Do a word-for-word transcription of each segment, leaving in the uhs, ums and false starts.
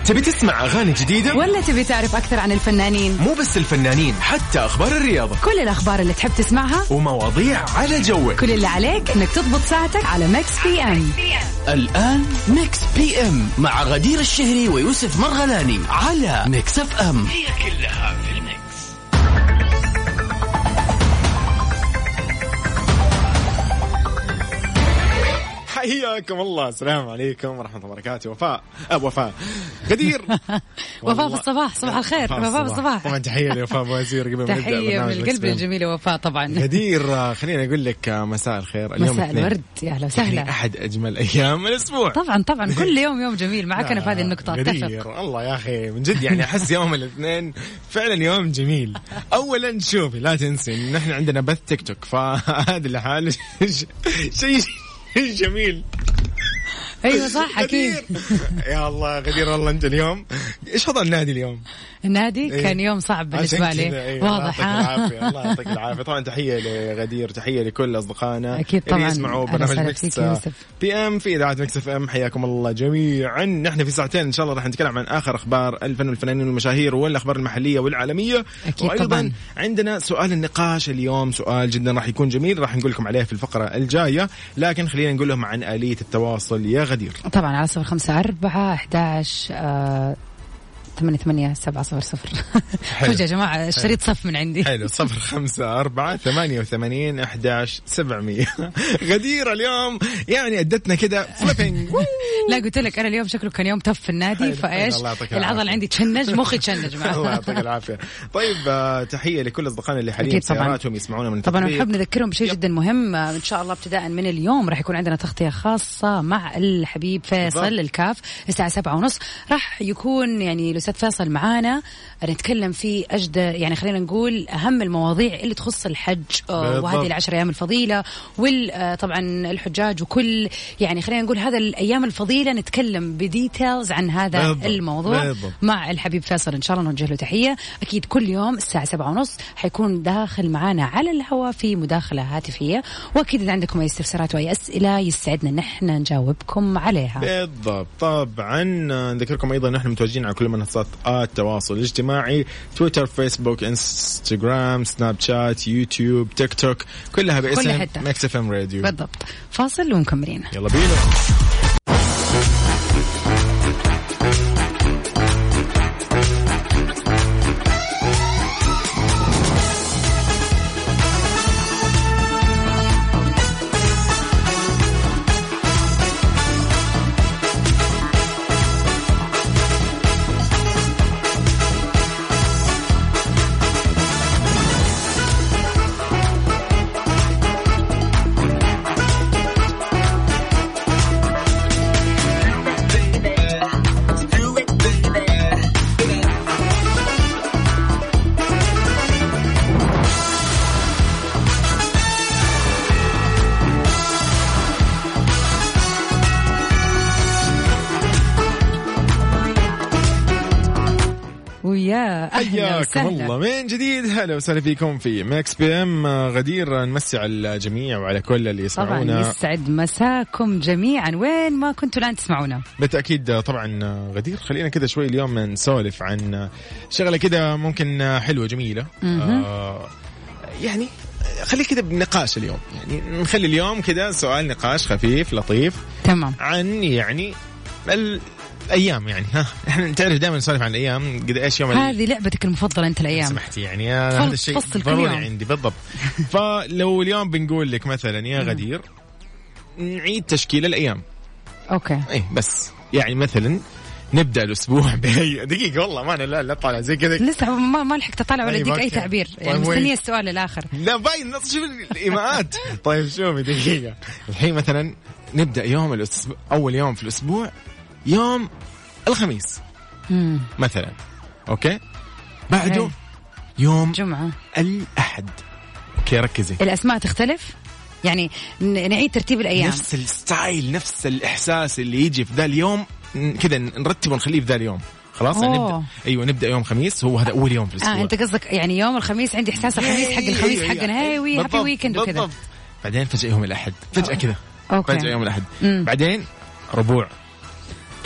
تبي تسمع أغاني جديدة ولا تبي تعرف أكثر عن الفنانين؟ مو بس الفنانين، حتى أخبار الرياضة، كل الأخبار اللي تحب تسمعها ومواضيع على جوك. كل اللي عليك إنك تضبط ساعتك على ميكس بي ام. الآن ميكس بي ام مع غدير الشهري ويوسف مرغلاني على ميكس اف ام. هي كلها في الميكس. حياكم الله. السلام عليكم ورحمة الله وبركاته. وفاء أبو وفاء غدير وفاء في الصباح. صباح الخير وفاء في الصباح. طبعا تحية لوفاء بوزير قبل ما نبدأ. تحية من القلب الجميلة وفاء. طبعا غدير خليني أقول لك مساء الخير. اليوم مساء الورد. يا أهلا وسهلا. أحد أجمل أيام الأسبوع. طبعا طبعا كل يوم يوم جميل معك أنا في هذه النقطة. غدير الله يا أخي من جد يعني أحس يوم الاثنين فعلا يوم جميل. أولا شوفي لا تنسي إن إحنا عندنا بث تيك توك فهذا الحال شيء جميل. ايوه صح اكيد. يا الله غدير والله انت اليوم ايش وضع النادي اليوم؟ النادي إيه؟ كان يوم صعب بالنسبه لي. إيه؟ واضح. الله يعطيك العافيه. طبعا تحيه لغدير، تحيه لكل اصدقائنا اكيد طبعا اللي يسمعوا برنامج ميكس بي ام في اذاعه ميكس اف ام. حياكم الله جميعا. نحن في ساعتين ان شاء الله راح نتكلم عن اخر اخبار الفن والفنانين والمشاهير والاخبار المحليه والعالميه. أكيد وايضا طبعاً. عندنا سؤال النقاش اليوم، سؤال جدا راح يكون جميل، راح نقول لكم عليه في الفقره الجايه، لكن خلينا نقول لهم عن آلية التواصل يا غدير. طبعا على صفر خمسة أربعة أحد عشر آه ثمانية ثمانية سبعة صفر صفر. فجأة يا جماعة الشريط صف من عندي. حلو. صفر خمسة أربعة ثمانية وثمانين أحد عشر سبعمية. غدير اليوم يعني أدتنا كده فليبينج. لا قلت لك أنا اليوم شكله كان يوم تف في النادي فإيش العضل عندي تشنج مخي تشنج. الله يعطيك العافية. طيب تحية لكل أصدقائنا اللي حاليا سياراتهم يسمعونا من طبعا نحب نذكرهم بشيء جدا مهم. إن شاء الله ابتداء من اليوم راح يكون عندنا تغطية خاصة مع الحبيب فيصل الكاف الساعة سبعة ونص. راح يكون يعني الأستاذ فيصل معانا نتكلم في أجد يعني خلينا نقول أهم المواضيع اللي تخص الحج وهذه العشر أيام الفضيلة وطبعا الحجاج وكل يعني خلينا نقول هذا الأيام الفضيلة نتكلم بديتيلز عن هذا بالضبط. الموضوع بالضبط. مع الحبيب فيصل إن شاء الله نوجه له تحية. أكيد كل يوم الساعة سبعة ونص حيكون داخل معنا على الهواء في مداخلة هاتفية، وأكيد إذا عندكم أي استفسارات وأي أسئلة يسعدنا نحن نجاوبكم عليها. بالضبط. طبعا نذكركم أيضا نحن متواجدين على كل منصات التواصل الاجتماعي، تويتر، فيسبوك، انستغرام، سناب شات، يوتيوب، تيك توك، كلها باسم ميكس اف ام راديو. بالضبط. فاصل ومكملين. يلا بينا. حياكم الله من جديد. هلا وسهلا فيكم في ميكس بي ام. غدير نمسي على الجميع وعلى كل اللي يسمعونا. طبعا يسعد مساكم جميعا وين ما كنتوا الآن تسمعونا. بالتأكيد. طبعا غدير خلينا كده شوي اليوم نسولف عن شغلة كده ممكن حلوة جميلة. آه يعني خلي كده بنقاش اليوم، يعني نخلي اليوم كده سؤال نقاش خفيف لطيف. تمام. عن يعني ال ايام يعني ها احنا تعرف دائما نسولف عن الايام قد ايش يوم. هذه لعبتك المفضله انت الايام. سمحتي يعني هذا الشيء ضروري عندي. بالضبط. فلو اليوم بنقول لك مثلا يا غدير نعيد تشكيل الايام. اوكي. اي بس يعني مثلا نبدا الاسبوع بهي دقيقه والله ما انا لا لا طالع زي كذا لسه ما ما لحقت اطالع ولا اديك اي تعبير يعني مستنيه السؤال الاخر. لا باين نص شوف الايماءات. طيب شوفي دقيقه الحين مثلا نبدا يوم الاسبوع اول يوم في الاسبوع يوم الخميس مم. مثلا. اوكي. بعده هي. يوم جمعة الأحد. اوكي ركزي الاسماء تختلف يعني نعيد ترتيب الايام نفس الستايل نفس الاحساس اللي يجي في ذا اليوم كذا نرتبه ونخليه في ذا اليوم. خلاص يعني نبدا. ايوه نبدا يوم خميس هو هذا اول يوم في الاسبوع. اه انت قصدك يعني يوم الخميس عندي احساس الخميس حق الخميس حقنا هاي هابي ويكند وكذا. بعدين فجأة يوم الأحد فجأة كذا. فجأة يوم الأحد. مم. بعدين ربوع.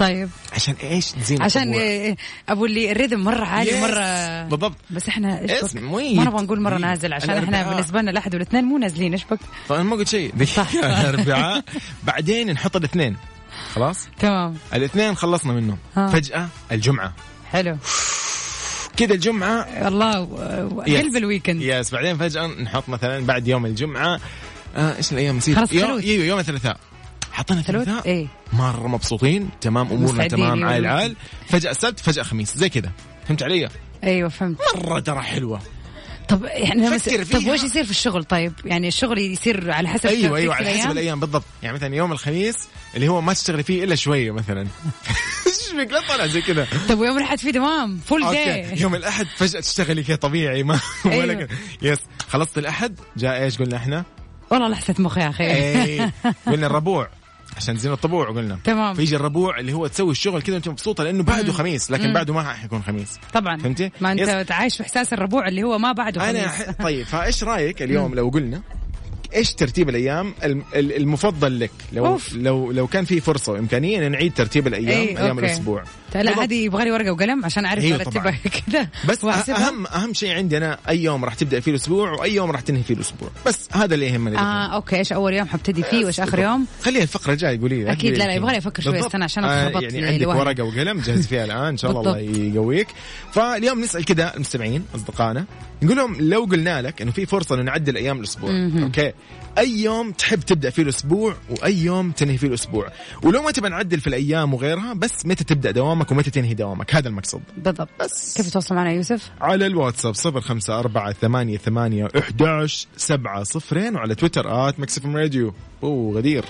طيب عشان ايش نزين عشان إيه ابو اللي الريتم مره عالي Yes. مرة بالضبط. بس احنا ايش بك ميت. ما نبغى نقول مره ميت. نازل عشان احنا الأربعاء. بالنسبه لنا الاحد والاثنين مو نازلين. ايش بك؟ طيب ما قلت شيء. الاربعاء بعدين نحط الاثنين خلاص تمام الاثنين خلصنا منه. ها. فجأة الجمعة حلو كذا الجمعة الله قلب الويكند. يس بعدين فجأة نحط مثلا بعد يوم الجمعة آه ايش الايام نسيت خلاص يوم ثلوث. ايوه يوم الثلاثاء حطينا الثلاثاء ايه مرة مبسوطين تمام امورنا مستعدين تمام يوم عال الويكند. عال. فجأة سبت فجأة خميس زي كذا. فهمت علي؟ ايوه فهمت. مرة ترى حلوة. طب يعني بس فكر طب فيها. وش يصير في الشغل؟ طيب يعني الشغل يصير على حسب ايوه ترتيب ايوه على حسب الأيام؟ الايام بالضبط. يعني مثلا يوم الخميس اللي هو ما تشتغلي فيه الا شويه مثلا. ايش بك لا طلع زي كذا. طب ويوم الأحد في دوام فول اوكي داي. يوم الاحد فجاه تشتغلي كذا طبيعي ما ولا أيوة. كده. يس خلصت الاحد جاء ايش قلنا احنا؟ والله لحسة مخ يا اخي. ايه قلنا الربوع عشان زين الطبوع قلنا. تمام. فيجي الربوع اللي هو تسوي الشغل كذا وانت مبسوطه لانه بعده خميس لكن مم. بعده ما حيكون خميس. طبعا فهمتي؟ ما انت يس. تعايش في احساس الربوع اللي هو ما بعده انا خميس. ح... طيب فايش رايك اليوم لو قلنا ايش ترتيب الايام الم- ال- المفضل لك لو أوف. لو لو كان في فرصه وامكانيه ان نعيد ترتيب الايام إيه، ايام أوكي. الاسبوع. لا بالضبط. هذه يبغى لي ورقه وقلم عشان اعرف أيوة ارتبها طبعاً. كذا بس وأحسبها. اهم اهم شيء عندي انا اي يوم راح تبدا فيه الاسبوع واي يوم راح تنهي فيه الاسبوع. بس هذا اللي يهمني. اه اوكي ايش اول يوم حبتدي فيه وايش اخر يوم؟ خليها الفقره الجايه قولي لي. اكيد لا لا يبغى لي افكر شوي استنى عشان اتخربط يعني عندك الوهم. ورقه وقلم جهز فيها الان ان شاء الله الله يقويك. فاليوم نسال كذا المستمعين اصدقائنا نقول لهم لو قلنا لك انه في فرصه انه نعدل ايام الاسبوع مهم. اوكي اي يوم تحب تبدا فيه الاسبوع واي يوم تنهي فيه الاسبوع ولو ما تبى نعدل في الايام وغيرها بس متى تبدا دوامك ومتى تنهي دوامك هذا المقصد. بالضبط. بس كيف تتواصل معنا يوسف؟ على الواتساب صفر خمسة أربعة ثمانية ثمانية إحداش سبعة صفرين وعلى تويتر آت ميكس إف إم راديو. أوه غدير.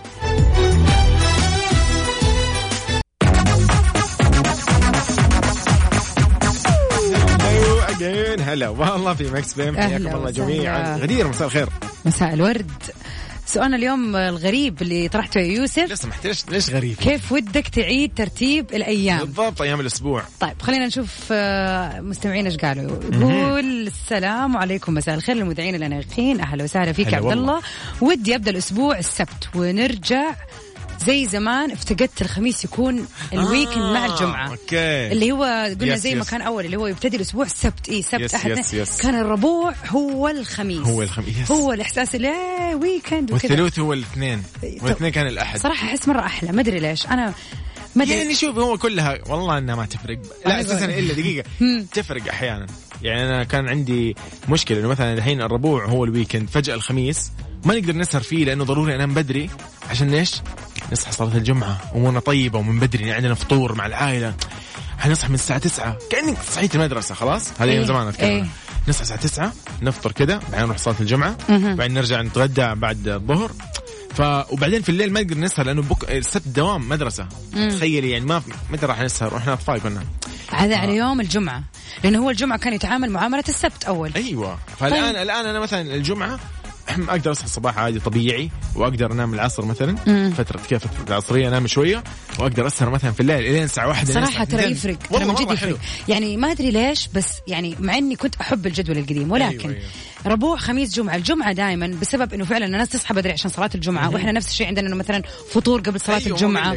هلا والله في ميكس بيم حياكم الله جميعا. غدير مساء الخير. مساء الورد. سؤالنا اليوم الغريب اللي طرحته يا يوسف لسه سمحت ليش ليش غريب؟ كيف ودك تعيد ترتيب الأيام؟ بالضبط أيام الأسبوع. طيب خلينا نشوف مستمعين ايش قالوا. يقول السلام عليكم مساء الخير للمذيعين الأناقين أهلا وسهلا فيك عبد الله. ودي أبدأ الأسبوع السبت ونرجع زي زمان. افتقدت الخميس يكون الويكند آه مع الجمعة أوكي. اللي هو قلنا يس زي يس. ما كان أول اللي هو يبتدي الأسبوع السبت إيه سبت يس أحد يس يس. كان الربوع هو الخميس هو الخميس هو الإحساس اللي إيه ويكند وكذا. والثلوث هو الاثنين والاثنين كان الأحد. صراحة أحس مرة أحلى ما أدري ليش أنا ما أدري. يعني شوف هو كلها والله انها ما تفرق. لا اساسا الا دقيقه تفرق احيانا. يعني انا كان عندي مشكله انه مثلا الحين الربوع هو الويكند فجاه الخميس ما نقدر نسهر فيه لانه ضروري انام بدري عشان ايش نصحى صلاه الجمعه امورنا طيبه ومن بدري عندنا فطور مع العائله. حنصحى من الساعه تسعة كانك صحيت المدرسه خلاص. هذا يوم زمان اتكلم إيه. نصحى الساعه تسعة نفطر كذا بعدين نروح صلاه الجمعه بعدين نرجع نتغدى بعد الظهر. ف وبعدين في الليل ما نقدر نسهر لانه بك... السبت دوام مدرسه. تخيلي يعني ما متى راح نسهر واحنا اطفال كنا. هذا على يوم الجمعه لانه هو الجمعه كان يتعامل معامله السبت اول. ايوه فالان طيب. الان انا مثلا الجمعه اقدر اصحى الصباح عادي طبيعي واقدر انام العصر مثلا مم. فتره كيف فتره العصريه انام شويه واقدر اسهر مثلا في الليل الين الساعه واحدة. صراحه ترى يفرق ترى من جد يفرق. يعني ما ادري ليش بس يعني مع اني كنت احب الجدول القديم ولكن أيوة أيوة. ربوع خميس جمعه الجمعه دائما بسبب انه فعلا الناس تصحى بدري عشان صلاه الجمعه مم. واحنا نفس الشيء عندنا انه مثلا فطور قبل صلاه أيوة الجمعه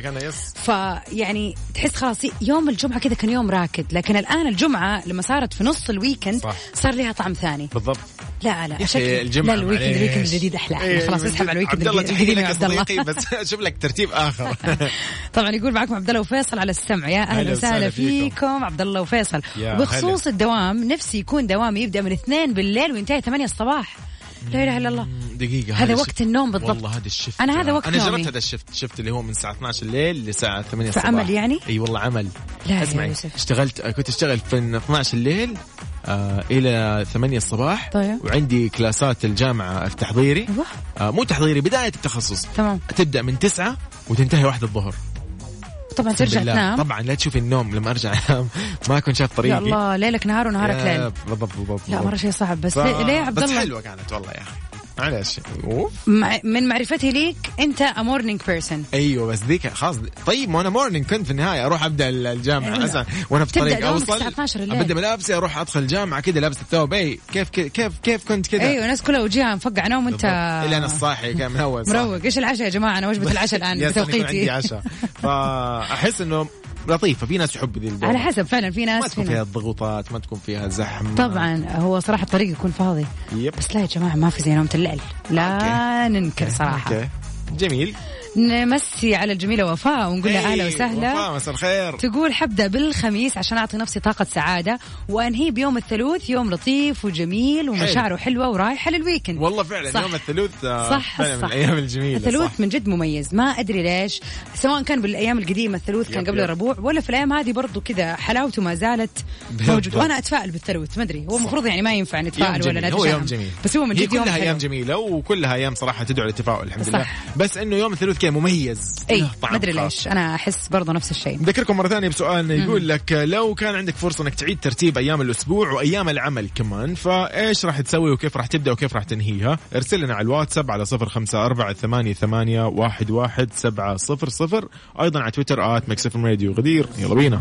فيعني تحس خلاص يوم الجمعه كذا كان يوم راكد. لكن الان الجمعه لما صارت في نص الويكند صح. صار لها طعم ثاني بالضبط. لا لا الجمعه لا الويكند الويكند الجديد احلى أيه خلاص اسحب على الويكند الجديد يا عبد الله بس اشوف لك ترتيب اخر. طبعا يقول معكم عبد الله وفيصل على السمع يا اهلا وسهلا فيكم عبد الله وفيصل. وبخصوص الدوام نفسي يكون دوامي يبدا من اثنين بالليل وينتهي ثمانية الصباح. لا اله الا الله دقيقة هذا وقت النوم بالضبط. والله هذا الشفت أنا هذا وقت أنا نومي. أنا جربت هذا الشفت شفت اللي هو من الساعة اثناشر الليل لساعة ثمانية الصباح. عمل يعني؟ أي والله عمل. لا اسمعي اشتغلت كنت أشتغل في اثناشر الليل آه إلى ثمانية الصباح. طيب. وعندي كلاسات الجامعة التحضيري آه مو تحضيري بداية التخصص تمام. تبدأ من تسعة وتنتهي واحدة الظهر. طبعا ترجع تنام طبعا لا تشوفي النوم لما ارجع انام ما اكون شاف طريقي. يا الله ليلك نهار ونهارك ليل. بالضبط بالضبط. لا مره شيء صعب بس ف... ليه يا عبد الله؟ بس حلوه كانت والله يا اخي معلش مع... من معرفتي ليك انت a morning person. ايوه بس ذيك خلاص طيب ما انا مورنينج كنت في النهايه اروح ابدا الجامعه مثلا وانا في طريق اوصل ابدا ملابسي اروح ادخل الجامعه كذا لابس الثوب اي كيف كيف كيف كنت كذا. ايوه الناس كلها وجيها مفقع نوم وانت الا انا الصاحي كان منور مروق. ايش العشاء يا جماعه؟ انا وجبه العشاء الان بتوقيتي عندي عشاء. فاحس انه لطيفة. في ناس يحبوا ذي الدوام على حسب فعلا، في ناس ما تكون فيها الضغوطات، ما تكون فيها زحمة. طبعا هو صراحة الطريق يكون فاضي. يب. بس لا يا جماعة ما في زي نومة الليل، لا أوكي. ننكر صراحة. أوكي. جميل. نمسي على الجميلة وفاء ونقول لها أهلا وسهلا. وفاء مساء الخير. تقول حبدأ بالخميس عشان أعطي نفسي طاقة سعادة، وأنهي بيوم الثلاث يوم لطيف وجميل ومشاعره حلوة ورايحة للويكند. والله فعلا صح. يوم الثلاث صح فعلا من الأيام الجميلة. الثلاث من جد مميز، ما أدري ليش، سواء كان بالأيام القديمة الثلاث كان قبل الربوع ولا في الأيام هذه برضو كذا حلاوته ما زالت موجود. وأنا أتفائل بالثلاث، ما أدري هو المفروض يعني ما ينفع نتفائل ولا نتشائم. هو يوم جميل، بس هو من جد يوم كلها حلو. أيام جميلة وكلها أيام صراحة تدعو للتفاؤل الحمد صح. لله. بس إنه يوم الثلاث كان مميز. اي ما ادري ليش انا احس برضه نفس الشيء. ذكركم مره ثانيه بسؤالنا يقول لك لو كان عندك فرصه انك تعيد ترتيب ايام الاسبوع وايام العمل كمان، فايش راح تسوي وكيف راح تبدا وكيف راح تنهيها؟ ارسل لنا على الواتساب على صفر خمسة أربعة ثمانية ثمانية واحد واحد سبعة صفر صفر، ايضا على تويتر آت ميكس إف إم راديو. غدير يلا بينا.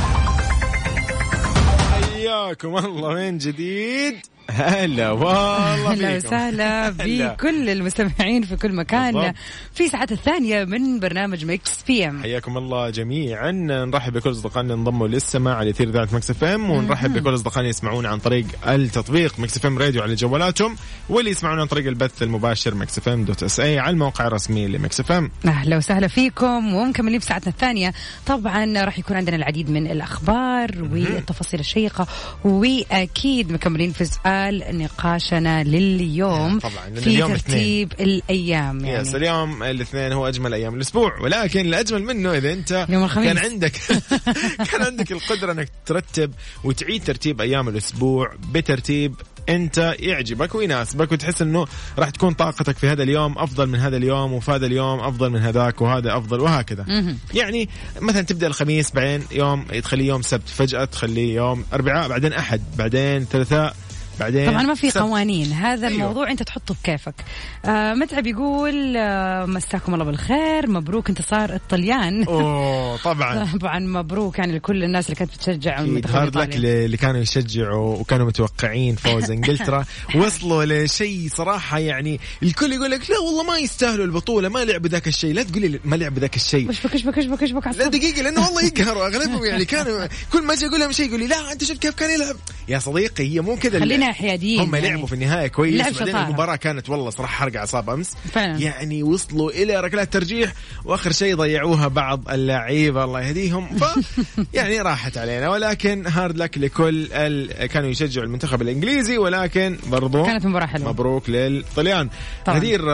حياكم الله من جديد. هلا والله هلا وسهلا بكل المستمعين في كل مكان بالضبط. في ساعات الثانية من برنامج ميكس بي ام. حياكم الله جميعا. نرحب بكل أصدقائنا انضموا للسماع على أثير إذاعة ميكس إف إم، ونرحب بكل أصدقائنا يسمعون عن طريق التطبيق ميكس إف إم راديو على جوالاتهم، واللي يسمعون عن طريق البث المباشر ميكس إف إم دوت إس إيه على الموقع الرسمي لميكس إف إم. أهلا وسهلا فيكم ومكملين في ساعتنا الثانية. طبعا راح يكون عندنا العديد من الأخبار والتفاصيل الشيقة، وأكيد مكملين في سؤال نقاشنا لليوم طبعا في اليوم ترتيب اثنين. الأيام يعني يس اليوم الاثنين هو أجمل أيام الأسبوع، ولكن الأجمل منه إذا أنت كان عندك كان عندك القدرة أنك ترتب وتعيد ترتيب أيام الأسبوع بترتيب أنت يعجبك ويناسبك، وتحس أنه راح تكون طاقتك في هذا اليوم أفضل من هذا اليوم، وفي هذا اليوم أفضل من هذاك، وهذا أفضل، وهكذا. يعني مثلا تبدأ الخميس، بعدين يوم تخليه يوم سبت، فجأة تخليه يوم أربعاء، بعدين أحد، بعدين ثلاثاء، بعدين طبعا ما في سب... قوانين، هذا أيوه. الموضوع انت تحطه بكيفك. آه متعب يقول آه مساكم الله بالخير، مبروك انتصار الطليان. اوه طبعا طبعا مبروك يعني لكل الناس اللي كانت بتشجع هارد لك اللي كانوا يشجعوا وكانوا متوقعين فوز انجلترا. وصلوا لشيء صراحه يعني الكل يقول لك لا والله ما يستاهلوا البطوله، ما لعبوا ذاك الشيء. لا تقولي ما لعبوا ذاك الشيء، وش بك وش بك وش بك وش بك لا دقيقه، لانه والله يقهروا اغلبهم يعني كانوا كل ما اجي اقول لهم شيء يقول لي لا انت شفت كيف كان يلعب. يا صديقي هي مو كذا، خلينا حياديين. هم يعني لعبوا في النهايه كويس، بعدين المباراه كانت والله صراحه حرق اعصاب امس فعلا. يعني وصلوا الى ركلات ترجيح، واخر شيء ضيعوها بعض اللعيبه الله يهديهم، ف يعني راحت علينا. ولكن هارد لك لكل ال... كانوا يشجعوا المنتخب الانجليزي، ولكن برضو كانت مباراه حلوه. مبروك للطليان. غدير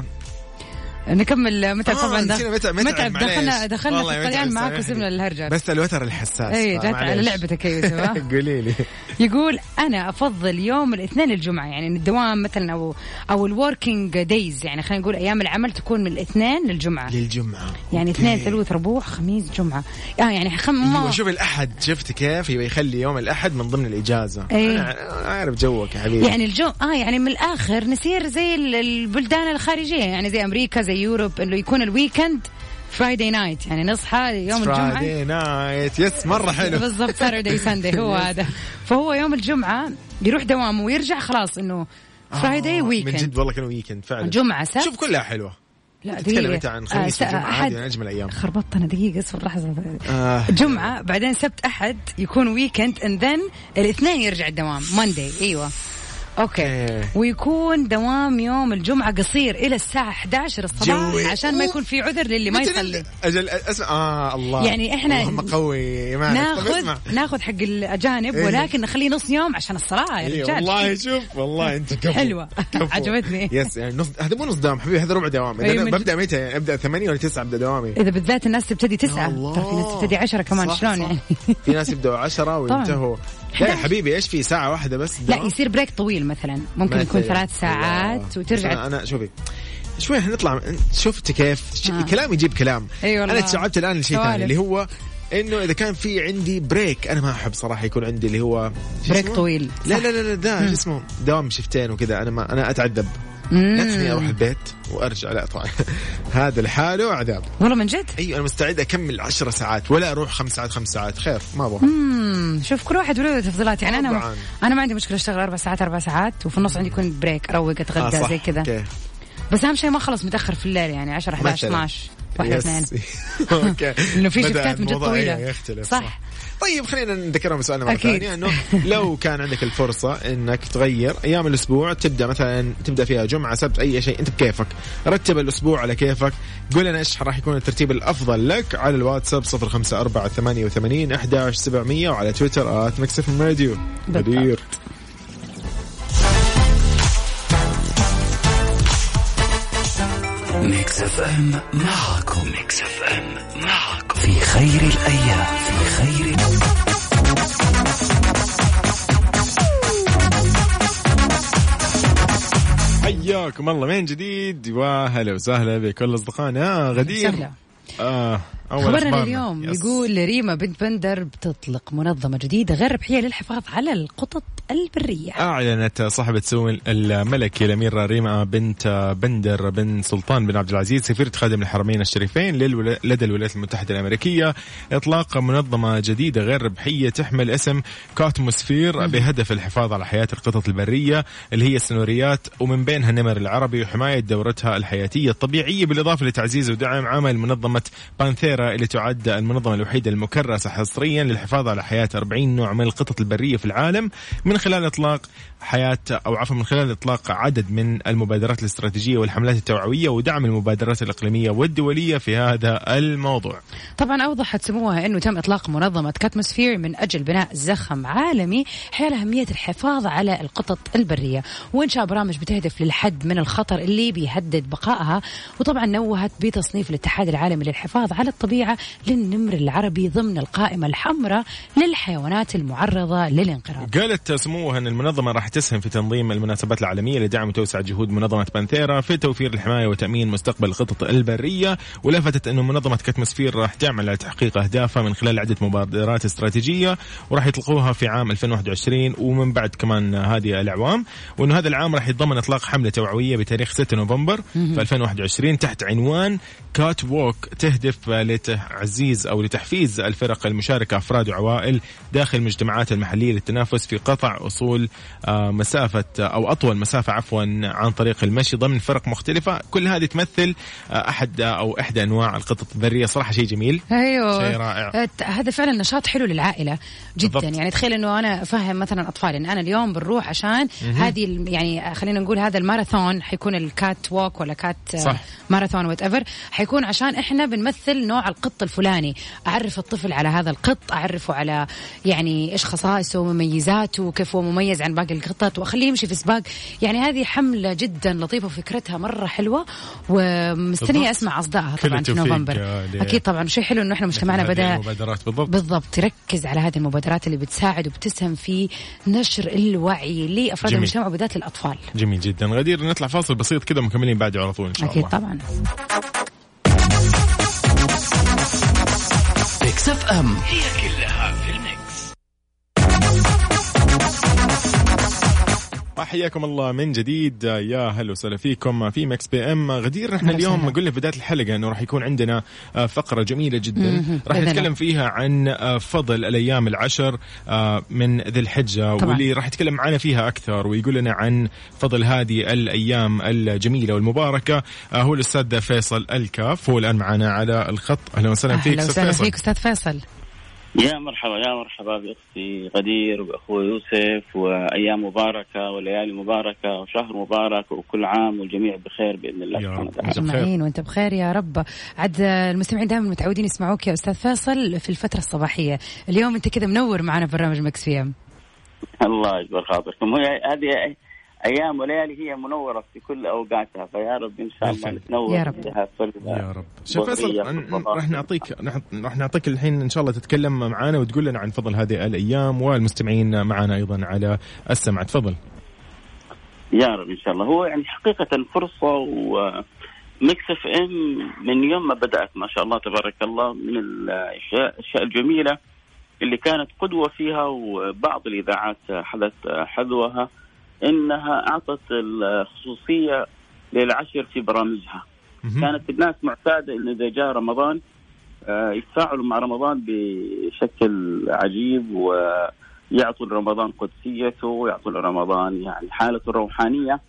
نكمل متى طبعا متى متى دخلنا دخلنا في الطليان معك وسمنا الهرجة، بس الوتر الحساس اي جت على لعبتك يا يوسف. قولي لي. يقول انا افضل يوم الاثنين الجمعه، يعني الدوام مثلا او او الوركينج دايز، يعني خلينا نقول ايام العمل تكون من الاثنين للجمعه للجمعه يعني اثنين ثلاث ربوع خميس جمعه. اه يعني خم ما شوف الاحد، شفت كيف يبغى يخلي يوم الاحد من ضمن الاجازه. أيه. انا عارف جوك يا حبيبي. يعني الجو اه يعني من الاخر نصير زي البلدان الخارجيه، يعني زي امريكا زي يوروب، انه يكون الويكند فرايداي نايت، يعني نصحى يوم الجمعة فرايداي نايت. يس مرة حلو بالضبط. ساتردي ساندي هو هذا. فهو يوم الجمعة يروح دوامه ويرجع خلاص انه فرايداي ويكند. من جد والله كانوا ويكند فعلا. جمعة سبت شوف كلها حلوة. لا دقيقة عن خميس وجمعة عادي من أجمل أيام. خربطت أنا دقيقة اصبر لحظة. آه. جمعة بعدين سبت أحد يكون ويكند and then الاثنين يرجع الدوام ماندي. أيوة أوكي. أوكي ويكون دوام يوم الجمعة قصير إلى الساعة إحدى عشر الصباح جوي. عشان ما يكون في عذر للي ما يصلي. أجل أسمع آه الله يعني إحنا اللهم قوي ناخذ ناخذ حق الأجانب إيه؟ ولكن نخليه نص يوم عشان الصلاة يا إيه رجال. والله شوف والله أنت كفو حلوة عجبتني. يس يعني نص هذا مو نص دوام حبيبي، هذا ربع دوام. إذا أنا ببدأ متى يعني أبدأ ثمانية ولا تسعة أبدأ دوامي. إذا بالذات الناس تبتدي تسعة ترى في ناس تبتدي عشرة كمان شلون يعني. في ناس يبدأوا عشرة وينتهوا. لا يا حبيبي إيش في ساعة واحدة بس. لا يصير بريك طويل مثلا ممكن يكون ثلاث ساعات وترجع. أنا, أنا شوفي شوي نطلع شفت كيف آه. كلام يجيب كلام. أيوة أنا تشعبت الآن لشيء ثاني اللي هو إنه إذا كان في عندي بريك، أنا ما أحب صراحة يكون عندي اللي هو بريك طويل. لا لا لا لا ده شو اسمه دوام شفتين وكذا. أنا ما أنا أتعذب. لا تخليني أروح البيت وأرجع، لا طبعا هذا لحاله عذاب والله من جد. أيوة أنا مستعد أكمل عشر ساعات ولا أروح خمس ساعات خمس ساعات خير ما أبغى. امم شوف كل واحد وله تفضيلات يعني. أنا م... أنا ما عندي مشكلة أشتغل أربع ساعات أربع ساعات وفي النص عندي يكون بريك أروق أتغدى آه زي كذا. بس أهم شيء ما خلص متأخر في الليل يعني عشرة إحدى عشر اثنا عشر واحدة واثنين. اوكي انه في شفتات من جد طويلة يختلف. صح, صح. طيب خلينا نذكرهم سؤالنا مرة أكيد. ثانية، انه لو كان عندك الفرصة انك تغير ايام الاسبوع، تبدا مثلا تبدا فيها جمعة سبت اي شيء انت بكيفك، رتب الاسبوع على كيفك، قول لنا ايش راح يكون الترتيب الافضل لك على الواتساب صفر خمسة أربعة ثمانية وثمانين أحد عشر سبعمية وعلى تويتر آت ميكس اف ام راديو. غدير ميكس اف ام معاكم، ميكس اف ام معاكم في خير الايام، في خير حياكم الله من جديد وهلا وسهلا بكل اصدقائنا. غدير سهلا. آه خبرنا اليوم يس. يقول ريما بنت بندر بتطلق منظمة جديدة غير ربحية للحفاظ على القطط البرية. أعلنت صاحبة سمو الملكي الأميرة ريما بنت بندر بن سلطان بن عبد العزيز سفيرة خادم الحرمين الشريفين لدى الولايات المتحدة الأمريكية إطلاق منظمة جديدة غير ربحية تحمل اسم كاتموسفير بهدف الحفاظ على حياة القطط البرية اللي هي السنوريات، ومن بينها النمر العربي، وحماية دورتها الحياتية الطبيعية، بالإضافة لتعزيز ودعم عمل منظمة بانثيرا اللي تعد المنظمة الوحيدة المكرسة حصريا للحفاظ على حياة أربعين نوع من القطط البرية في العالم، من خلال إطلاق حياة أو عفوا من خلال إطلاق عدد من المبادرات الاستراتيجية والحملات التوعوية ودعم المبادرات الإقليمية والدولية في هذا الموضوع. طبعا أوضحت سموها أنه تم إطلاق منظمة كاتموسفير من أجل بناء زخم عالمي حيال أهمية الحفاظ على القطط البرية وإنشاء برامج بتهدف للحد من الخطر اللي بيهدد بقائها. وطبعا نوهت بتصنيف الاتحاد العالمي للحفاظ على الطبيعة للنمر العربي ضمن القائمة الحمراء للحيوانات المعرضة للانقراض. قالت سموها أن المنظمة راح تسهم في تنظيم المناسبات العالمية لدعم وتوسع جهود منظمة بانثيرا في توفير الحماية وتأمين مستقبل القطط البرية. ولفتت أنه منظمة كاتموسفير راح تعمل على تحقيق أهدافها من خلال عدة مبادرات استراتيجية وراح يطلقوها في عام ألفين وواحد وعشرين ومن بعد كمان هذه الأعوام، وأنه هذا العام راح يتضمن إطلاق حملة توعوية بتاريخ ستة نوفمبر في ألفين وواحد وعشرين تحت عنوان كات ووك، تهدف لتعزيز أو لتحفيز الفرق المشاركة أفراد وعوائل داخل المجتمعات المحلية للتنافس في قطع أصول مسافة أو أطول مسافة عفوا عن طريق المشي ضمن فرق مختلفة. كل هذه تمثل أحد أو إحدى أنواع القطط البرية. صراحة شيء جميل. أيوه شيء رائع. هذا فعلا نشاط حلو للعائلة جدا. بالضبط. يعني تخيل إنه أنا أفهم مثلا أطفال إن أنا اليوم بنروح عشان هذه يعني خلينا نقول هذا الماراثون حيكون الكات ووك ولا كات صح. ماراثون وات ايفر حيكون عشان إحنا بنمثل نوع القط الفلاني. أعرف الطفل على هذا القط، أعرفه على يعني إيش خصائصه ومميزاته وكيف هو مميز عن باقي القطط وأخليه يمشي في سباق. يعني هذه حملة جدا لطيفة وفكرتها مرة حلوة ومستنية أسمع أصداءها طبعا في نوفمبر. أكيد طبعا شيء حلو إنه إحنا مجتمعنا بدأ بالضبط. بالضبط تركز على هذه المبادرات اللي بتساعد وبتسهم في نشر الوعي لأفراد المجتمع وبالذات الأطفال. جميل جدا. غدير نطلع فاصل بسيط كده مكملين بعده على طول إن شاء أكيد الله. أكيد طبعا. ميكس اف ام هي كلها في الميكس. حياكم الله من جديد، يا هلا وسهلا فيكم في مكس بي ام. غدير نحن اليوم قلنا في بداية الحلقة انه راح يكون عندنا فقرة جميلة جدا راح نتكلم فيها عن فضل الايام العشر من ذي الحجة طبعا. واللي راح يتكلم معنا فيها اكثر ويقول لنا عن فضل هذه الايام الجميلة والمباركة هو الاستاذ فيصل الكاف. هو الان معنا على الخط. اهلا وسهلا فيك استاذ فيصل. فيك استاذ فيصل. يا مرحبا يا مرحبا بأختي غدير وبأخوي يوسف، وأيام مباركة وليالي مباركة وشهر مبارك وكل عام والجميع بخير بإذن الله سبحانه وتعالى. أجمعين وأنت بخير يا رب. عد المستمعين دائما متعودين يسمعوك يا أستاذ فيصل في الفترة الصباحية. اليوم أنت كذا منور معنا في برنامج مكس في ام. الله يجبر خاطركم. هي هذه أيام وليالي هي منورة في كل أوقاتها، فيا رب إن شاء الله نتنور يا رب يا رب. شوف فيصل راح نعطيك راح نعطيك الحين إن شاء الله تتكلم معنا وتقول لنا عن فضل هذه الأيام والمستمعين معنا أيضا على السمع. تفضل. يا رب إن شاء الله. هو يعني حقيقة فرصة ومكس اف ام من يوم ما بدأت ما شاء الله تبارك الله من الأشياء الجميلة اللي كانت قدوة فيها، وبعض الإذاعات حدث حذوها إنها أعطت الخصوصية للعشر في برامجها. كانت الناس معتادة إن إذا جاء رمضان يتفاعلوا مع رمضان بشكل عجيب ويعطوا لرمضان قدسيته ويعطوا لرمضان يعني حالة الروحانية.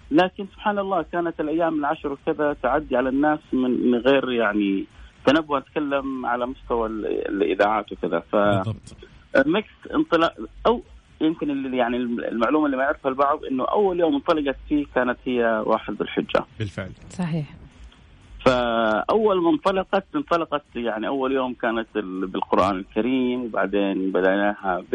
لكن سبحان الله كانت الأيام العشر وكذا تعدي على الناس من, من غير يعني تنبؤ. أتكلم على مستوى الإذاعات وكذا. فميكس انطلاق أو يمكن اللي يعني المعلومة اللي ما يعرفها البعض إنه أول يوم انطلقت فيه كانت هي واحد ذو الحجة. بالفعل صحيح. فأول ما انطلقت انطلقت يعني أول يوم كانت بالقرآن الكريم، وبعدين بدأناها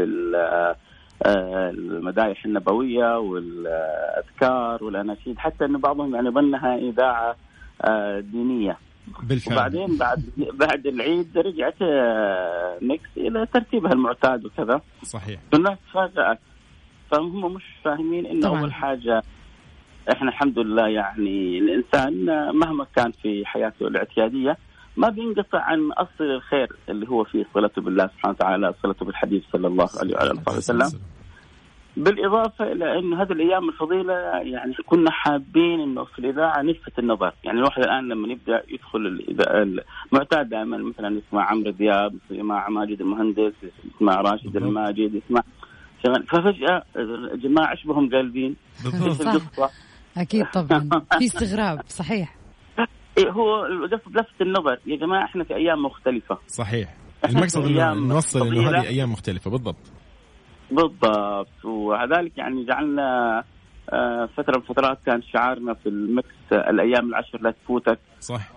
بالمدايح النبوية والأذكار والأناشيد، حتى إن بعضهم يعني ظنها إذاعة دينية. بالفعل. وبعدين بعد بعد العيد رجعت ميكس إلى ترتيبها المعتاد وكذا. صحيح. الناس فاجأت، فهم مش فاهمين إن طبعا. أول حاجة إحنا الحمد لله يعني الإنسان مهما كان في حياته الاعتيادية ما بينقطع عن أصل الخير اللي هو فيه صلته بالله سبحانه وتعالى، صلته بالحبيب صلى الله عليه وآله وسلم. بالإضافة إلى إنه هذه الأيام الفضيلة يعني كنا حابين إنه في الإذاعة نلفت النظر. يعني الواحد الآن لما يبدأ يدخل الإذاعة المعتاد دائما مثلا يسمع عمرو دياب، يسمع ماجد المهندس، يسمع راشد الماجد، يسمع شغل، ففجأة جماعة أشبههم قلبين. أكيد طبعا في استغراب. صحيح. هو القصد لفت النظر يا جماعة إحنا في أيام مختلفة. صحيح. المقصد إنه نوصل إنه هذه أيام مختلفة. بالضبط بالضبط. وهذلك يعني جعلنا فترة من فترات كان شعارنا في المكس الأيام العشر لا تفوتك. صح.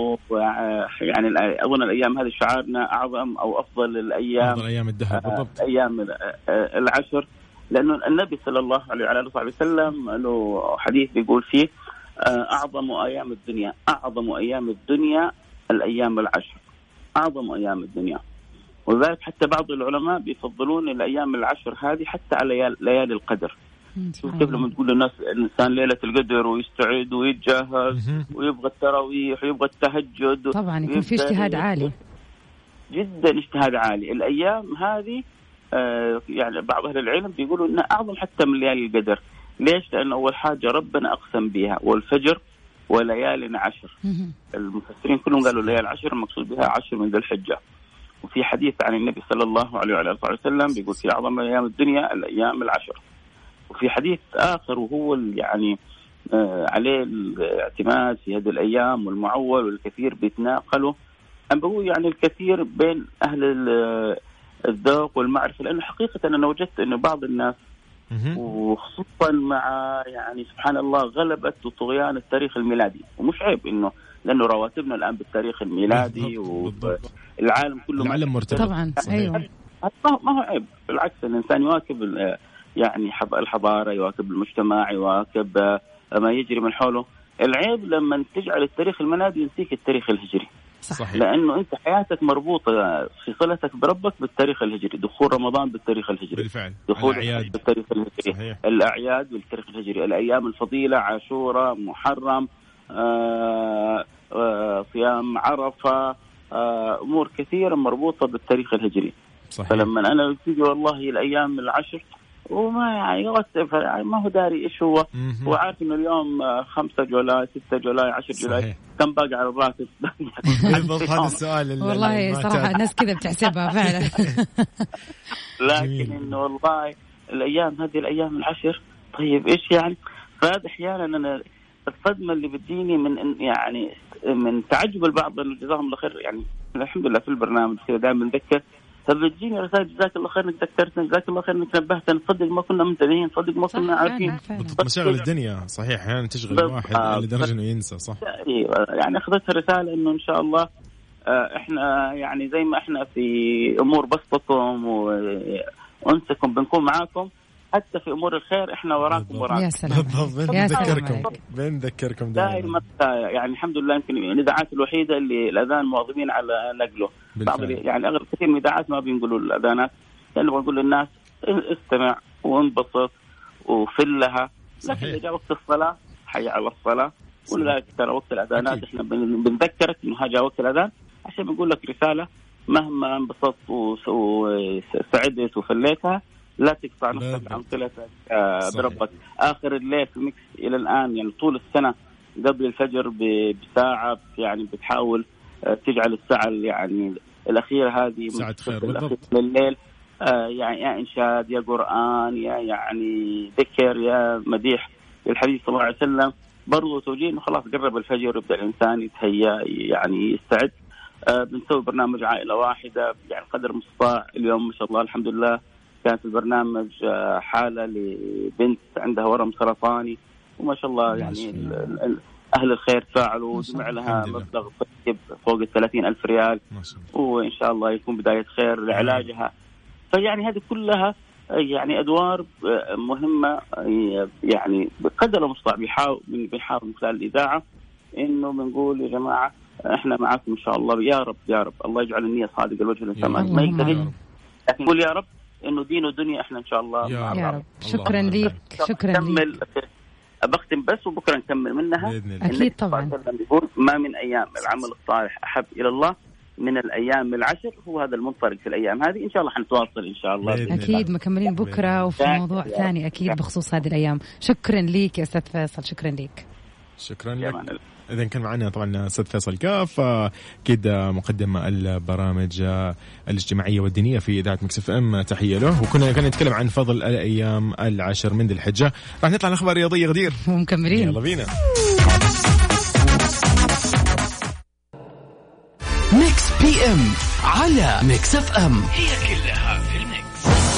ويعني أظن الأيام هذه شعارنا أعظم أو أفضل الأيام، أفضل أيام الدهر. بالضبط. أيام العشر، لأنه النبي صلى الله عليه وعلى آله وسلم له حديث بيقول فيه أعظم أيام الدنيا، أعظم أيام الدنيا الأيام العشر، أعظم أيام الدنيا. وذلك حتى بعض العلماء بيفضلون الأيام العشر هذه حتى على ليالي القدر. شوف كيف لما تقول للناس الإنسان ليلة القدر ويستعد ويتجهز ويبغى التراويح ويبغى التهجد، طبعا يكون في اجتهاد عالي جدا، اجتهاد عالي. الأيام هذه آه يعني بعض أهل العلم بيقولوا إنها أعظم حتى من ليالي القدر. ليش؟ لأن أول حاجة ربنا أقسم بها، والفجر وليال عشر. المفسرين كلهم قالوا ليال عشر المقصود بها عشر من ذي الحجة. وفي حديث عن النبي صلى الله عليه وعلى آله وسلم بيقول في أعظم أيام الدنيا الأيام العشر. وفي حديث آخر وهو اللي آه عليه الاعتماد في هذه الأيام والمعول والكثير بيتناقلوا، أنا بقول يعني الكثير بين أهل الذوق والمعرفة، لأنه حقيقة أنا وجدت أنه بعض الناس وخصوصا مع يعني سبحان الله غلبة وطغيان التاريخ الميلادي. ومش عيب إنه لأنه رواتبنا الآن بالتاريخ الميلادي والعالم كله العالم مرتبط طبعا. أيوة. ما هو عيب، بالعكس الإنسان يواكب يعني الحضارة، يواكب المجتمع، يواكب ما يجري من حوله. العيب لما تجعل التاريخ الميلادي ينسيك التاريخ الهجري. صحيح. لأنه أنت حياتك مربوطة في صلتك بربك بالتاريخ الهجري، دخول رمضان بالتاريخ الهجري. بالفعل. دخول الأعياد بالتاريخ الهجري. صحيح. الأعياد بالتاريخ الهجري، الأيام الفضيلة عاشوراء، محرم، آآ آآ صيام عرفة، أمور كثيرة مربوطة بالتاريخ الهجري. صحيح. فلما أنا تيجي والله الأيام العشر وما يعني يغتف ما هو داري إيش هو، وعارف إنه اليوم خمسة جولاي، ستة جولاي، عشر جولاي، كم باقي على الراتب؟ بالضبط. هذا السؤال والله صراحة الناس كذا بتحسبها فعلا. لكن إنه والله الأيام هذه الأيام العشر طيب إيش يعني؟ فهذا أحيانا أنا الصدمة اللي بديني من يعني من تعجب البعض إنه جزاهم الله خير. يعني الحمد لله في البرنامج كذا دائما نذكر، فبتجيني رسائل جزاك الله خير انك ذكرتنا، جزاك الله خير انك نبهتنا، صدق ما كنا منتبهين، صدق ما كنا عارفين. مشاغل الدنيا صحيح احيانا يعني تشغل الواحد لدرجه انه ينسى. صح. يعني اخذتها رساله انه ان شاء الله احنا يعني زي ما احنا في امور بسطكم وانسكم بنكون معاكم، حتى في امور الخير احنا وراكم وراكم. يا سلام. بنذكركم بنذكركم دائما. يعني الحمد لله يمكن الاذاعات الوحيده اللي الاذان مواظبين على نقله. بعض يعني اغلب كثير من الاذاعات ما بينقلوا الاذانات، لانه بنقول للناس استمع وانبسط وفلها، لكن اذا جاء وقت الصلاه حي على الصلاه. ولا ترى وقت الاذانات احنا بنذكرك انه ها جاء وقت الاذان عشان بنقول لك رساله، مهما انبسطت وسعدت وفليتها لا تقطع نفسك عن صلتك بربك. آخر الليل في المكس إلى الآن يعني طول السنة قبل الفجر بساعة يعني بتحاول تجعل الساعة يعني الأخيرة هذه ساعة خير لليل، يعني يا إنشاد يا قرآن يا يعني ذكر يا مديح للحديث صلى الله عليه وسلم برضو توجيه إنه خلاص قرب الفجر ويبدأ الإنسان يتهيأ يعني يستعد. آه بنسوي برنامج عائلة واحدة يعني قدر المستطاع. اليوم ما شاء الله الحمد لله كانت البرنامج آه حالة لبنت عندها ورم سرطاني وما شاء الله يعني أهل الخير تفاعلوا وجمع لها مبلغ طيب فوق الثلاثين ألف ريال وإن شاء الله يكون بداية خير لعلاجها. فيعني هذه كلها يعني أدوار مهمة يعني بقدر المستطاع بيحاول بيحاول من خلال الإذاعة إنه بنقول يا جماعة إحنا معاكم إن شاء الله. يا رب يا رب الله يجعل النية صادقة الوجه الإنسان ما يكذب، لكن نقول يا رب إنه دين ودنيا إحنا إن شاء الله يا, يا رب. شكرا لك شكرا لك. بختم بس وبكرة نكمل منها. أكيد طبعا. يقول ما من أيام العمل الصالح أحب إلى الله من الأيام العشر. هو هذا المنطلق في الأيام هذه. إن شاء الله حنتواصل إن شاء الله. أكيد مكملين بكرة وفي موضوع ثاني أكيد بخصوص هذه الأيام. شكرا ليك يا أستاذ فيصل. شكرا ليك. شكرا لك. إذا كان معنا طبعا أستاذ فيصل كاف كده مقدم البرامج الاجتماعية والدينية في إذاعة مكس اف ام، تحية له. وكنا كنا نتكلم عن فضل الأيام العشر من ذي الحجة. راح نطلع الأخبار الرياضية غدير ومكملين. يلا بينا. ميكس بي ام على ميكس اف ام، هي كلها في الميكس.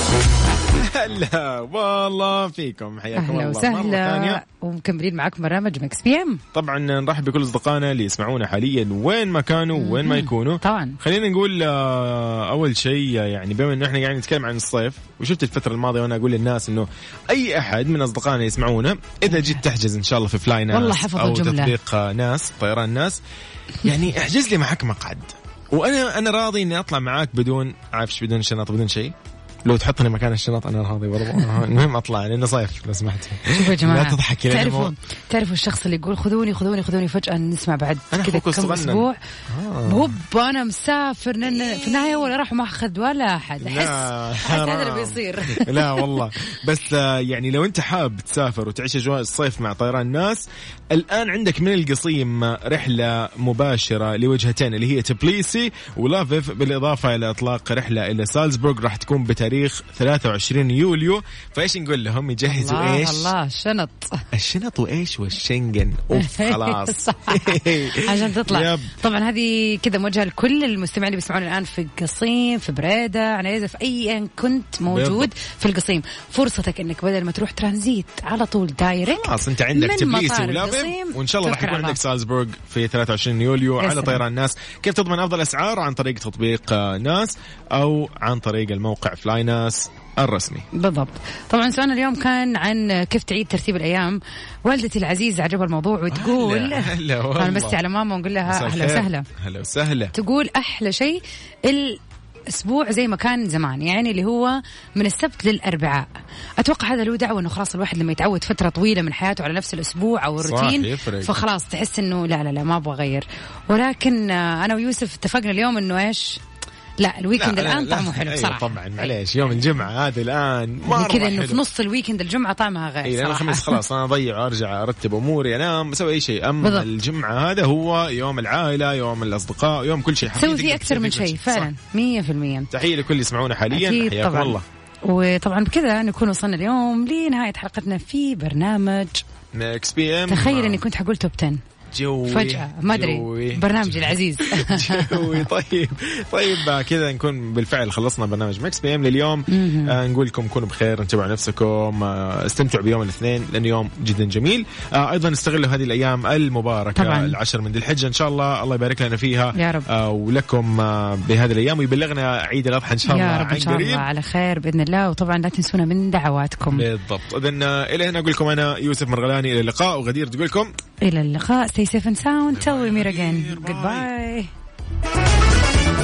هلا والله فيكم، حياكم الله أهلا وسهلا ومكملين معكم برنامج ميكس بي ام. طبعا نرحب بكل أصدقائنا اللي يسمعونا حاليا وين ما كانوا وين ما يكونوا. طبعا خلينا نقول أول شيء يعني بما أنه إحنا قاعدين نتكلم عن الصيف، وشفت الفترة الماضية وأنا أقول للناس إنه أي أحد من أصدقائنا يسمعونا إذا جيت تحجز إن شاء الله في فلاي ناس أو الجملة. تطبيق ناس طيران ناس يعني احجز لي معك مقعد وأنا أنا راضي إني أطلع معاك بدون عارفش بدون شنط بدون شيء. لو تحطني مكان الشنط أنا راضي برضو. المهم أطلع لأنه صيف لو سمحت. شوفوا يا جماعة لا تضحكي. تعرفوا تعرفوا الشخص اللي يقول خذوني خذوني خذوني فجأة نسمع بعد كذا كم أسبوع هوب أنا مسافر في النهاية ولا راح ما أخذ ولا أحد. أحس هذا اللي بيصير. لا والله بس يعني لو أنت حاب تسافر وتعيش أجواء الصيف مع طيران الناس، الآن عندك من القصيم رحلة مباشرة لوجهتين اللي هي تبليسي ولافيف، بالإضافة إلى إطلاق رحلة إلى سالزبورغ راح تكون بتاريخ ثلاثة وعشرين يوليو. فايش نقول لهم يجهزوا الله ايش الله الشنط الشنط وايش والشنغن اوف خلاص عشان تطلع. طبعا هذه كذا موجهه لكل المستمعين اللي بيسمعون الان في القصيم في بريده عنيزه في اي كنت موجود بالضبط. في القصيم فرصتك انك بدل ما تروح ترانزيت على طول دايركت خلاص انت عندك تبليسي ولافيف وان شاء الله راح يكون عندك سالزبورغ في ثلاثة وعشرين يوليو على طيران الناس. كيف تضمن افضل اسعار؟ عن طريق تطبيق ناس او عن طريق الموقع فلاي ناس الرسمي. بالضبط. طبعا سؤالنا اليوم كان عن كيف تعيد ترتيب الأيام. والدتي العزيزة عجبها الموضوع وتقول أنا بس على ماما ونقول لها أهلا وسهلا. أهلا وسهلا. تقول أحلى شيء الأسبوع زي ما كان زمان، يعني اللي هو من السبت للأربعاء. أتوقع هذا له دعوة إنه خلاص الواحد لما يتعود فترة طويلة من حياته على نفس الأسبوع أو الروتين فخلاص تحس إنه لا لا لا ما أبغى أغير. ولكن أنا ويوسف اتفقنا اليوم إنه إيش لا الويكند الآن طعمه حلو بصراحة. طبعا معليش يوم الجمعة هذا الآن مرة كذا إنه في نص الويكند الجمعة طعمها غير. إيه أنا الخميس خلاص أنا أضيع وأرجع أرتب أموري أنام أسوي أي شيء. أما بالضبط. الجمعة هذا هو يوم العائلة يوم الأصدقاء يوم كل شيء سوي فيه أكثر من شيء فعلا مية في المية. تحية لكل اللي يسمعونا حاليا حياكم الله. وطبعا بكذا نكون وصلنا اليوم لنهاية حلقتنا في برنامج ميكس بي ام. تخيل إني كنت حقول توب عشرة جوي فجأة ما أدري برنامجي العزيز. جوي طيب طيب كذا نكون بالفعل خلصنا برنامج ميكس بي ام لليوم. آه نقول لكم كونوا بخير انتبهوا نفسكم آه استمتعوا بيوم الاثنين لأنه يوم جدا جميل. آه أيضا استغلوا هذه الأيام المباركة طبعاً. العشر من ذي الحجة إن شاء الله الله يبارك لنا فيها يا رب. آه ولكم آه بهذه الأيام ويبلغنا عيد الأضحى إن شاء الله يا رب إن شاء الله على خير بإذن الله. وطبعا لا تنسونا من دعواتكم. بالضبط. إذن إلى هنا أقول لكم أنا يوسف مرغلاني إلى اللقاء وغدير تقول لكم إلى اللقاء. Stay safe and sound. Till we meet again. Goodbye.